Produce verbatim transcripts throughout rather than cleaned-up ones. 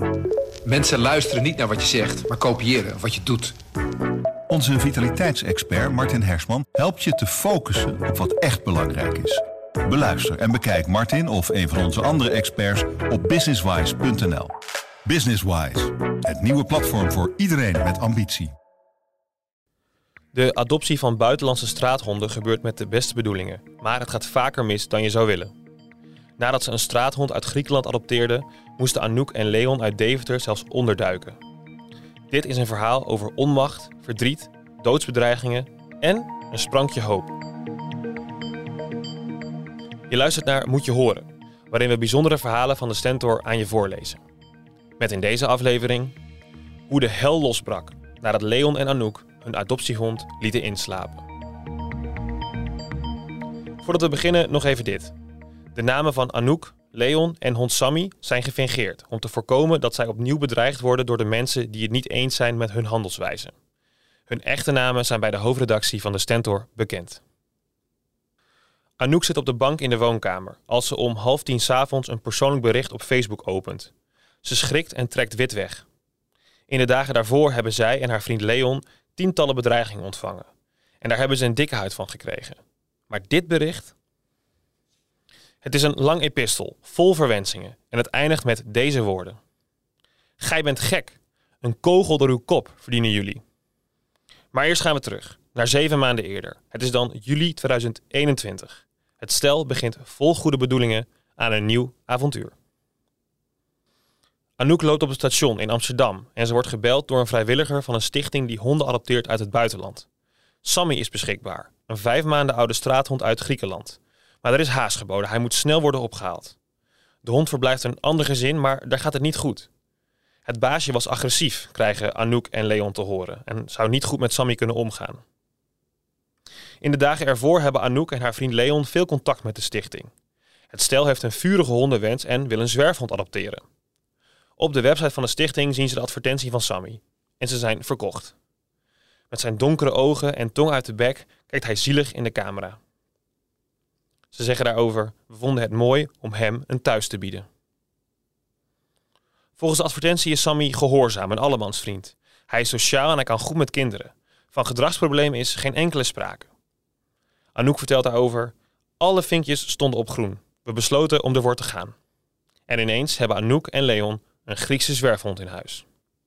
Mensen luisteren niet naar wat je zegt, maar kopiëren wat je doet. Onze vitaliteitsexpert Martin Hersman helpt je te focussen op wat echt belangrijk is. Beluister en bekijk Martin of een van onze andere experts op businesswise punt n l. Businesswise, het nieuwe platform voor iedereen met ambitie. De adoptie van buitenlandse straathonden gebeurt met de beste bedoelingen, maar het gaat vaker mis dan je zou willen. Nadat ze een straathond uit Griekenland adopteerden, moesten Anouk en Leon uit Deventer zelfs onderduiken. Dit is een verhaal over onmacht, verdriet, doodsbedreigingen en een sprankje hoop. Je luistert naar Moet je horen, waarin we bijzondere verhalen van de Stentor aan je voorlezen. Met in deze aflevering hoe de hel losbrak nadat Leon en Anouk hun adoptiehond lieten inslapen. Voordat we beginnen nog even dit. De namen van Anouk, Leon en hond Sammy zijn gefingeerd om te voorkomen dat zij opnieuw bedreigd worden door de mensen die het niet eens zijn met hun handelswijze. Hun echte namen zijn bij de hoofdredactie van de Stentor bekend. Anouk zit op de bank in de woonkamer als ze om half tien 's avonds een persoonlijk bericht op Facebook opent. Ze schrikt en trekt wit weg. In de dagen daarvoor hebben zij en haar vriend Leon tientallen bedreigingen ontvangen. En daar hebben ze een dikke huid van gekregen. Maar dit bericht? Het is een lang epistel, vol verwensingen. En het eindigt met deze woorden. Gij bent gek. Een kogel door uw kop verdienen jullie. Maar eerst gaan we terug, naar zeven maanden eerder. Het is dan juli tweeduizend eenentwintig. Het stel begint vol goede bedoelingen aan een nieuw avontuur. Anouk loopt op het station in Amsterdam en ze wordt gebeld door een vrijwilliger van een stichting die honden adopteert uit het buitenland. Sammy is beschikbaar, een vijf maanden oude straathond uit Griekenland. Maar er is haast geboden, hij moet snel worden opgehaald. De hond verblijft in een ander gezin, maar daar gaat het niet goed. Het baasje was agressief, krijgen Anouk en Leon te horen en zou niet goed met Sammy kunnen omgaan. In de dagen ervoor hebben Anouk en haar vriend Leon veel contact met de stichting. Het stel heeft een vurige hondenwens en wil een zwerfhond adopteren. Op de website van de stichting zien ze de advertentie van Sammy. En ze zijn verkocht. Met zijn donkere ogen en tong uit de bek kijkt hij zielig in de camera. Ze zeggen daarover, we vonden het mooi om hem een thuis te bieden. Volgens de advertentie is Sammy gehoorzaam en allemansvriend. Hij is sociaal en hij kan goed met kinderen. Van gedragsproblemen is geen enkele sprake. Anouk vertelt daarover, alle vinkjes stonden op groen. We besloten om ervoor te gaan. En ineens hebben Anouk en Leon een Griekse zwerfhond in huis.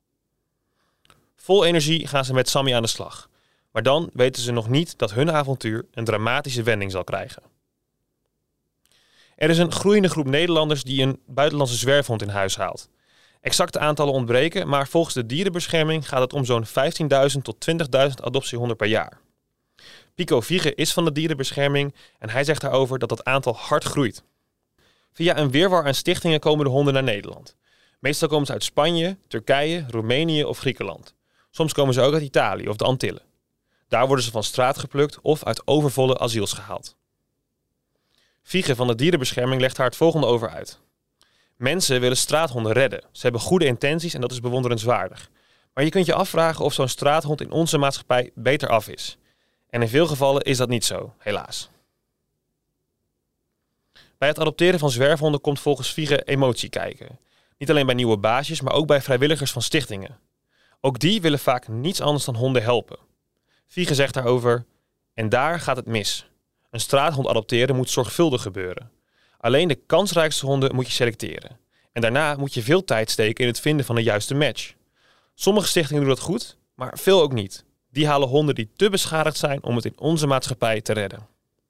Vol energie gaan ze met Sammy aan de slag. Maar dan weten ze nog niet dat hun avontuur een dramatische wending zal krijgen. Er is een groeiende groep Nederlanders die een buitenlandse zwerfhond in huis haalt. Exacte aantallen ontbreken, maar volgens de dierenbescherming gaat het om zo'n vijftienduizend tot twintigduizend adoptiehonden per jaar. Pico Viege is van de dierenbescherming en hij zegt daarover dat dat aantal hard groeit. Via een wirwar aan stichtingen komen de honden naar Nederland. Meestal komen ze uit Spanje, Turkije, Roemenië of Griekenland. Soms komen ze ook uit Italië of de Antillen. Daar worden ze van straat geplukt of uit overvolle asiels gehaald. Viege van de dierenbescherming legt daar het volgende over uit. Mensen willen straathonden redden. Ze hebben goede intenties en dat is bewonderenswaardig. Maar je kunt je afvragen of zo'n straathond in onze maatschappij beter af is. En in veel gevallen is dat niet zo, helaas. Bij het adopteren van zwerfhonden komt volgens Viege emotie kijken. Niet alleen bij nieuwe baasjes, maar ook bij vrijwilligers van stichtingen. Ook die willen vaak niets anders dan honden helpen. Viege zegt daarover, en daar gaat het mis. Een straathond adopteren moet zorgvuldig gebeuren. Alleen de kansrijkste honden moet je selecteren. En daarna moet je veel tijd steken in het vinden van de juiste match. Sommige stichtingen doen dat goed, maar veel ook niet. Die halen honden die te beschadigd zijn om het in onze maatschappij te redden.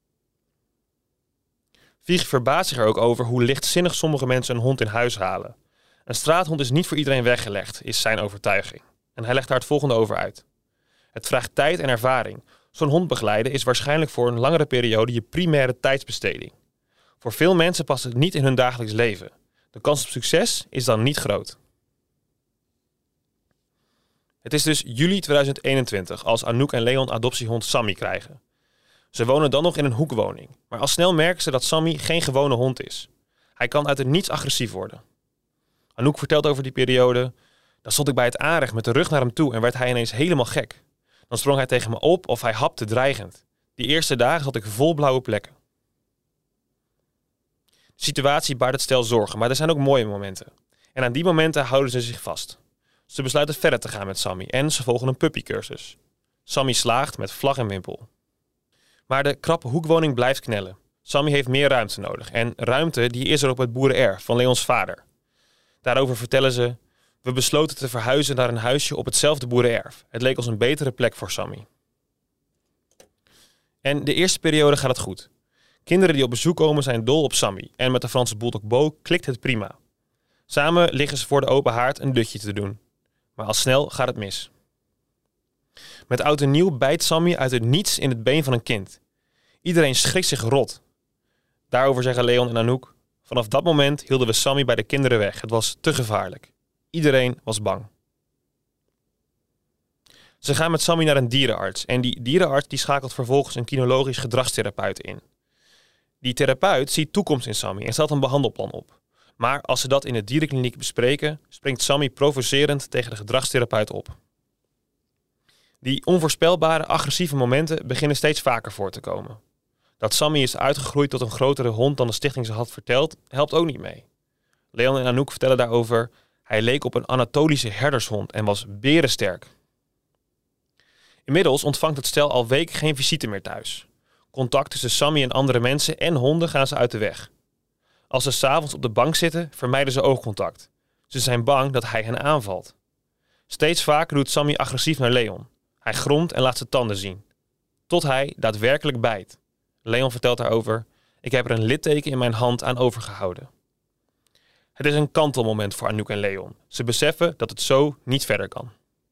Viege verbaast zich er ook over hoe lichtzinnig sommige mensen een hond in huis halen. Een straathond is niet voor iedereen weggelegd, is zijn overtuiging. En hij legt daar het volgende over uit. Het vraagt tijd en ervaring. Zo'n hond begeleiden is waarschijnlijk voor een langere periode je primaire tijdsbesteding. Voor veel mensen past het niet in hun dagelijks leven. De kans op succes is dan niet groot. Het is dus juli tweeduizend eenentwintig als Anouk en Leon adoptiehond Sammy krijgen. Ze wonen dan nog in een hoekwoning, maar al snel merken ze dat Sammy geen gewone hond is. Hij kan uit het niets agressief worden. Anouk vertelt over die periode. Dan stond ik bij het aanrecht met de rug naar hem toe en werd hij ineens helemaal gek. Dan sprong hij tegen me op of hij hapte dreigend. Die eerste dagen zat ik vol blauwe plekken. De situatie baart het stel zorgen, maar er zijn ook mooie momenten. En aan die momenten houden ze zich vast. Ze besluiten verder te gaan met Sammy en ze volgen een puppycursus. Sammy slaagt met vlag en wimpel. Maar de krappe hoekwoning blijft knellen. Sammy heeft meer ruimte nodig en ruimte die is er op het boerenerf van Leons vader. Daarover vertellen ze: we besloten te verhuizen naar een huisje op hetzelfde boerenerf. Het leek ons een betere plek voor Sammy. En de eerste periode gaat het goed. Kinderen die op bezoek komen zijn dol op Sammy en met de Franse bulldog Bo klikt het prima. Samen liggen ze voor de open haard een dutje te doen. Maar al snel gaat het mis. Met oud en nieuw bijt Sammy uit het niets in het been van een kind. Iedereen schrikt zich rot. Daarover zeggen Leon en Anouk: vanaf dat moment hielden we Sammy bij de kinderen weg. Het was te gevaarlijk. Iedereen was bang. Ze gaan met Sammy naar een dierenarts. En die dierenarts die schakelt vervolgens een kinologisch gedragstherapeut in. Die therapeut ziet toekomst in Sammy en stelt een behandelplan op. Maar als ze dat in de dierenkliniek bespreken, springt Sammy provocerend tegen de gedragstherapeut op. Die onvoorspelbare, agressieve momenten beginnen steeds vaker voor te komen. Dat Sammy is uitgegroeid tot een grotere hond dan de stichting ze had verteld, helpt ook niet mee. Leon en Anouk vertellen daarover: hij leek op een Anatolische herdershond en was berensterk. Inmiddels ontvangt het stel al weken geen visite meer thuis. Contact tussen Sammy en andere mensen en honden gaan ze uit de weg. Als ze 's avonds op de bank zitten, vermijden ze oogcontact. Ze zijn bang dat hij hen aanvalt. Steeds vaker doet Sammy agressief naar Leon. Hij gromt en laat zijn tanden zien. Tot hij daadwerkelijk bijt. Leon vertelt daarover: ik heb er een litteken in mijn hand aan overgehouden. Het is een kantelmoment voor Anouk en Leon. Ze beseffen dat het zo niet verder kan.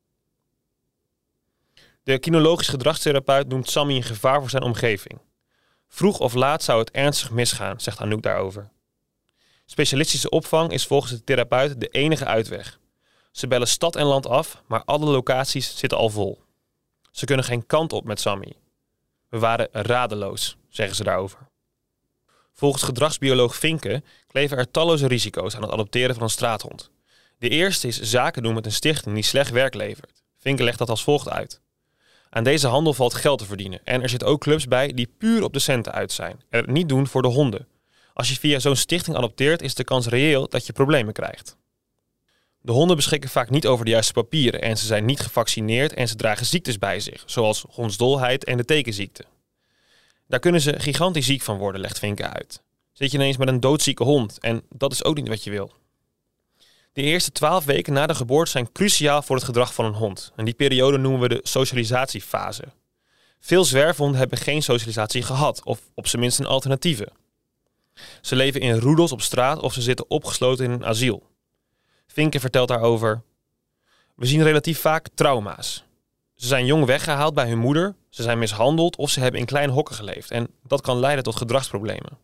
De kinologisch gedragstherapeut noemt Sammy een gevaar voor zijn omgeving. Vroeg of laat zou het ernstig misgaan, zegt Anouk daarover. Specialistische opvang is volgens de therapeut de enige uitweg. Ze bellen stad en land af, maar alle locaties zitten al vol. Ze kunnen geen kant op met Sammy. We waren radeloos, zeggen ze daarover. Volgens gedragsbioloog Vinke kleven er talloze risico's aan het adopteren van een straathond. De eerste is zaken doen met een stichting die slecht werk levert. Vinke legt dat als volgt uit. Aan deze handel valt geld te verdienen en er zitten ook clubs bij die puur op de centen uit zijn en het niet doen voor de honden. Als je via zo'n stichting adopteert is de kans reëel dat je problemen krijgt. De honden beschikken vaak niet over de juiste papieren en ze zijn niet gevaccineerd en ze dragen ziektes bij zich, zoals hondsdolheid en de tekenziekte. Daar kunnen ze gigantisch ziek van worden, legt Vinke uit. Zit je ineens met een doodzieke hond en dat is ook niet wat je wil. De eerste twaalf weken na de geboorte zijn cruciaal voor het gedrag van een hond. En die periode noemen we de socialisatiefase. Veel zwerfhonden hebben geen socialisatie gehad, of op zijn minst een alternatieve. Ze leven in roedels op straat of ze zitten opgesloten in een asiel. Vinke vertelt daarover: we zien relatief vaak trauma's. Ze zijn jong weggehaald bij hun moeder, ze zijn mishandeld of ze hebben in kleine hokken geleefd. En dat kan leiden tot gedragsproblemen.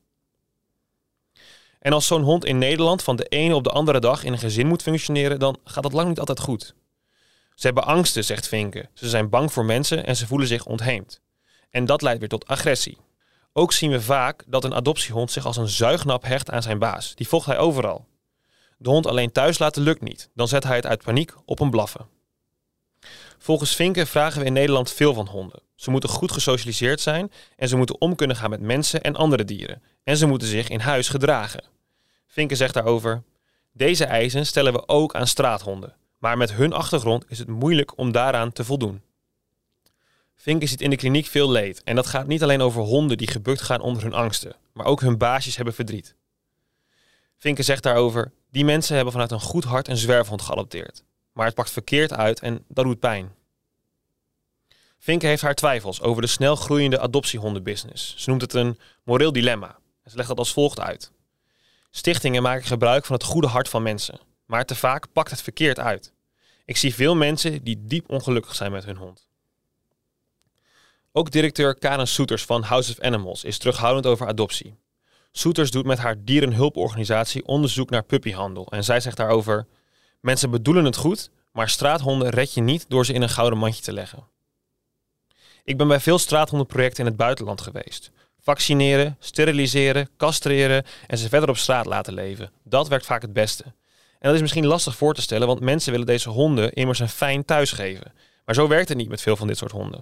En als zo'n hond in Nederland van de ene op de andere dag in een gezin moet functioneren, dan gaat dat lang niet altijd goed. Ze hebben angsten, zegt Vinke. Ze zijn bang voor mensen en ze voelen zich ontheemd. En dat leidt weer tot agressie. Ook zien we vaak dat een adoptiehond zich als een zuignap hecht aan zijn baas. Die volgt hij overal. De hond alleen thuis laten lukt niet. Dan zet hij het uit paniek op een blaffen. Volgens Vinke vragen we in Nederland veel van honden. Ze moeten goed gesocialiseerd zijn en ze moeten om kunnen gaan met mensen en andere dieren. En ze moeten zich in huis gedragen. Vinke zegt daarover: deze eisen stellen we ook aan straathonden. Maar met hun achtergrond is het moeilijk om daaraan te voldoen. Vinke ziet in de kliniek veel leed. En dat gaat niet alleen over honden die gebukt gaan onder hun angsten. Maar ook hun baasjes hebben verdriet. Vinke zegt daarover: die mensen hebben vanuit een goed hart een zwerfhond geadopteerd. Maar het pakt verkeerd uit en dat doet pijn. Vinke heeft haar twijfels over de snel groeiende adoptiehondenbusiness. Ze noemt het een moreel dilemma. En ze legt dat als volgt uit. Stichtingen maken gebruik van het goede hart van mensen. Maar te vaak pakt het verkeerd uit. Ik zie veel mensen die diep ongelukkig zijn met hun hond. Ook directeur Karen Soeters van House of Animals is terughoudend over adoptie. Soeters doet met haar dierenhulporganisatie onderzoek naar puppyhandel. En zij zegt daarover: mensen bedoelen het goed, maar straathonden red je niet door ze in een gouden mandje te leggen. Ik ben bij veel straathondenprojecten in het buitenland geweest. Vaccineren, steriliseren, castreren en ze verder op straat laten leven. Dat werkt vaak het beste. En dat is misschien lastig voor te stellen, want mensen willen deze honden immers een fijn thuis geven. Maar zo werkt het niet met veel van dit soort honden.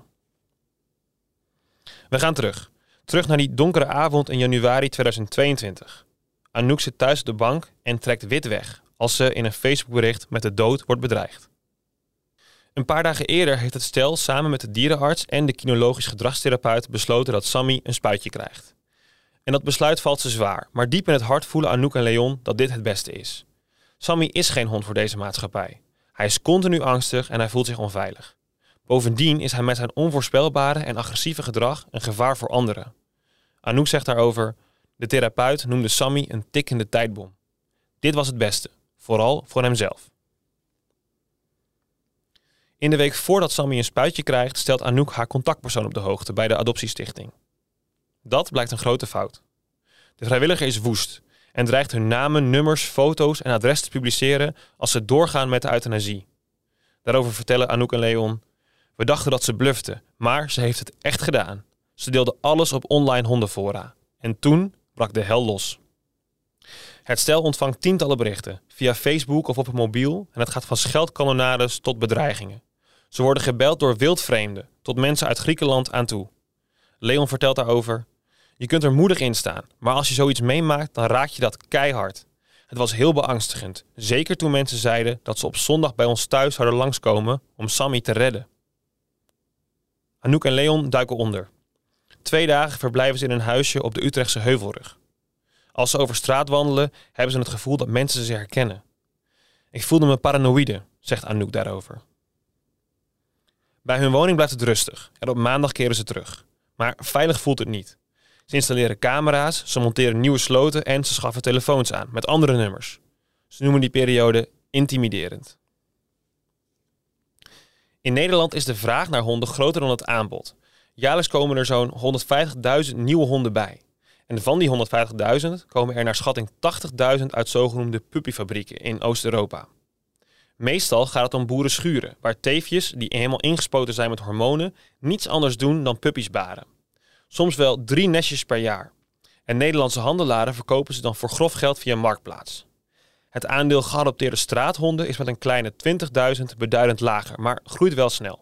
We gaan terug. Terug naar die donkere avond in januari tweeduizend tweeëntwintig. Anouk zit thuis op de bank en trekt wit weg. als ze in een Facebookbericht met de dood wordt bedreigd. Een paar dagen eerder heeft het stel samen met de dierenarts en de kinologisch gedragstherapeut besloten dat Sammy een spuitje krijgt. En dat besluit valt ze zwaar, maar diep in het hart voelen Anouk en Leon dat dit het beste is. Sammy is geen hond voor deze maatschappij. Hij is continu angstig en hij voelt zich onveilig. Bovendien is hij met zijn onvoorspelbare en agressieve gedrag een gevaar voor anderen. Anouk zegt daarover: de therapeut noemde Sammy een tikkende tijdbom. Dit was het beste, vooral voor hemzelf. In de week voordat Sammy een spuitje krijgt, stelt Anouk haar contactpersoon op de hoogte bij de adoptiestichting. Dat blijkt een grote fout. De vrijwilliger is woest en dreigt hun namen, nummers, foto's en adres te publiceren als ze doorgaan met de euthanasie. Daarover vertellen Anouk en Leon: we dachten dat ze blufte, maar ze heeft het echt gedaan. Ze deelde alles op online hondenfora. En toen brak de hel los. Het stel ontvangt tientallen berichten, via Facebook of op het mobiel, en het gaat van scheldkanonades tot bedreigingen. Ze worden gebeld door wildvreemden, tot mensen uit Griekenland aan toe. Leon vertelt daarover: je kunt er moedig in staan, maar als je zoiets meemaakt, dan raak je dat keihard. Het was heel beangstigend, zeker toen mensen zeiden dat ze op zondag bij ons thuis zouden langskomen om Sammy te redden. Anouk en Leon duiken onder. Twee dagen verblijven ze in een huisje op de Utrechtse Heuvelrug. Als ze over straat wandelen, hebben ze het gevoel dat mensen ze herkennen. Ik voelde me paranoïde, zegt Anouk daarover. Bij hun woning blijft het rustig en op maandag keren ze terug. Maar veilig voelt het niet. Ze installeren camera's, ze monteren nieuwe sloten en ze schaffen telefoons aan met andere nummers. Ze noemen die periode intimiderend. In Nederland is de vraag naar honden groter dan het aanbod. Jaarlijks komen er zo'n honderdvijftigduizend nieuwe honden bij. En van die honderdvijftigduizend komen er naar schatting tachtigduizend uit zogenoemde puppyfabrieken in Oost-Europa. Meestal gaat het om boerenschuren, waar teefjes die helemaal ingespoten zijn met hormonen niets anders doen dan puppies baren. Soms wel drie nestjes per jaar. En Nederlandse handelaren verkopen ze dan voor grof geld via Marktplaats. Het aandeel geadopteerde straathonden is met een kleine twintigduizend beduidend lager, maar groeit wel snel.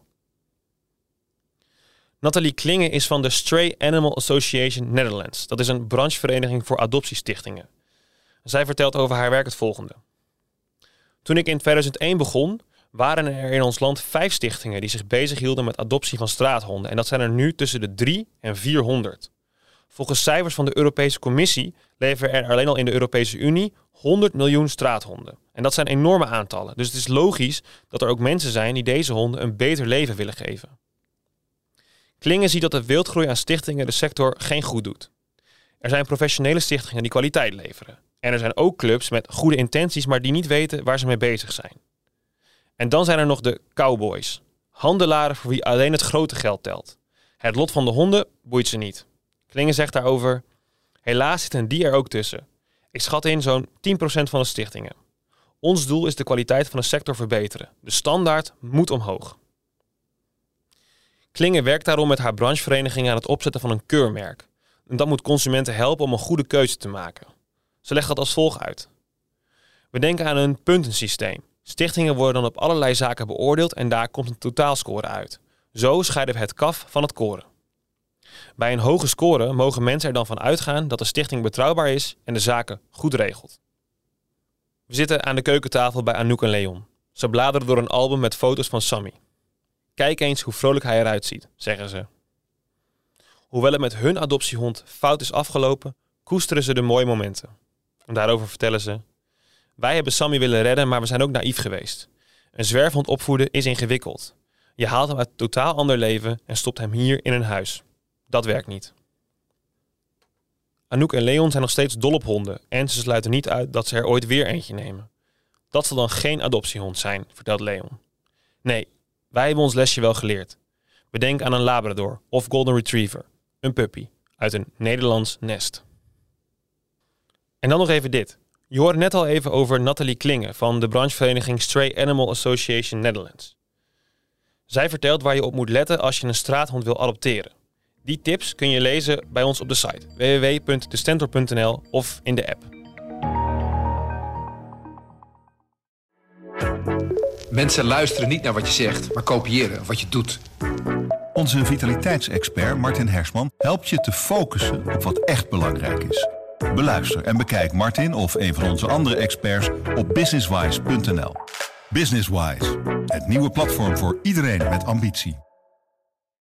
Nathalie Klinge is van de Stray Animal Association Netherlands. Dat is een branchevereniging voor adoptiestichtingen. Zij vertelt over haar werk het volgende. Toen ik in tweeduizend één begon, waren er in ons land vijf stichtingen die zich bezighielden met adoptie van straathonden. En dat zijn er nu tussen de drie en vierhonderd. Volgens cijfers van de Europese Commissie leven er alleen al in de Europese Unie honderd miljoen straathonden. En dat zijn enorme aantallen. Dus het is logisch dat er ook mensen zijn die deze honden een beter leven willen geven. Klinge ziet dat de wildgroei aan stichtingen de sector geen goed doet. Er zijn professionele stichtingen die kwaliteit leveren. En er zijn ook clubs met goede intenties, maar die niet weten waar ze mee bezig zijn. En dan zijn er nog de cowboys. Handelaren voor wie alleen het grote geld telt. Het lot van de honden boeit ze niet. Klinge zegt daarover: helaas zitten die er ook tussen. Ik schat in zo'n tien procent van de stichtingen. Ons doel is de kwaliteit van de sector verbeteren. De standaard moet omhoog. Klinge werkt daarom met haar branchevereniging aan het opzetten van een keurmerk. En dat moet consumenten helpen om een goede keuze te maken. Ze legt dat als volgt uit. We denken aan een puntensysteem. Stichtingen worden dan op allerlei zaken beoordeeld en daar komt een totaalscore uit. Zo scheiden we het kaf van het koren. Bij een hoge score mogen mensen er dan van uitgaan dat de stichting betrouwbaar is en de zaken goed regelt. We zitten aan de keukentafel bij Anouk en Leon. Ze bladeren door een album met foto's van Sammy. Kijk eens hoe vrolijk hij eruit ziet, zeggen ze. Hoewel het met hun adoptiehond fout is afgelopen, koesteren ze de mooie momenten. En daarover vertellen ze: wij hebben Sammy willen redden, maar we zijn ook naïef geweest. Een zwerfhond opvoeden is ingewikkeld. Je haalt hem uit een totaal ander leven en stopt hem hier in een huis. Dat werkt niet. Anouk en Leon zijn nog steeds dol op honden en ze sluiten niet uit dat ze er ooit weer eentje nemen. Dat zal dan geen adoptiehond zijn, vertelt Leon. Nee, wij hebben ons lesje wel geleerd. We denken aan een Labrador of Golden Retriever, een puppy, uit een Nederlands nest. En dan nog even dit. Je hoorde net al even over Nathalie Klinge van de branchevereniging Stray Animal Association Netherlands. Zij vertelt waar je op moet letten als je een straathond wil adopteren. Die tips kun je lezen bij ons op de site w w w punt de stentor punt n l of in de app. Mensen luisteren niet naar wat je zegt, maar kopiëren wat je doet. Onze vitaliteitsexpert Martin Hersman helpt je te focussen op wat echt belangrijk is. Beluister en bekijk Martin of een van onze andere experts op businesswise punt n l. Businesswise, het nieuwe platform voor iedereen met ambitie.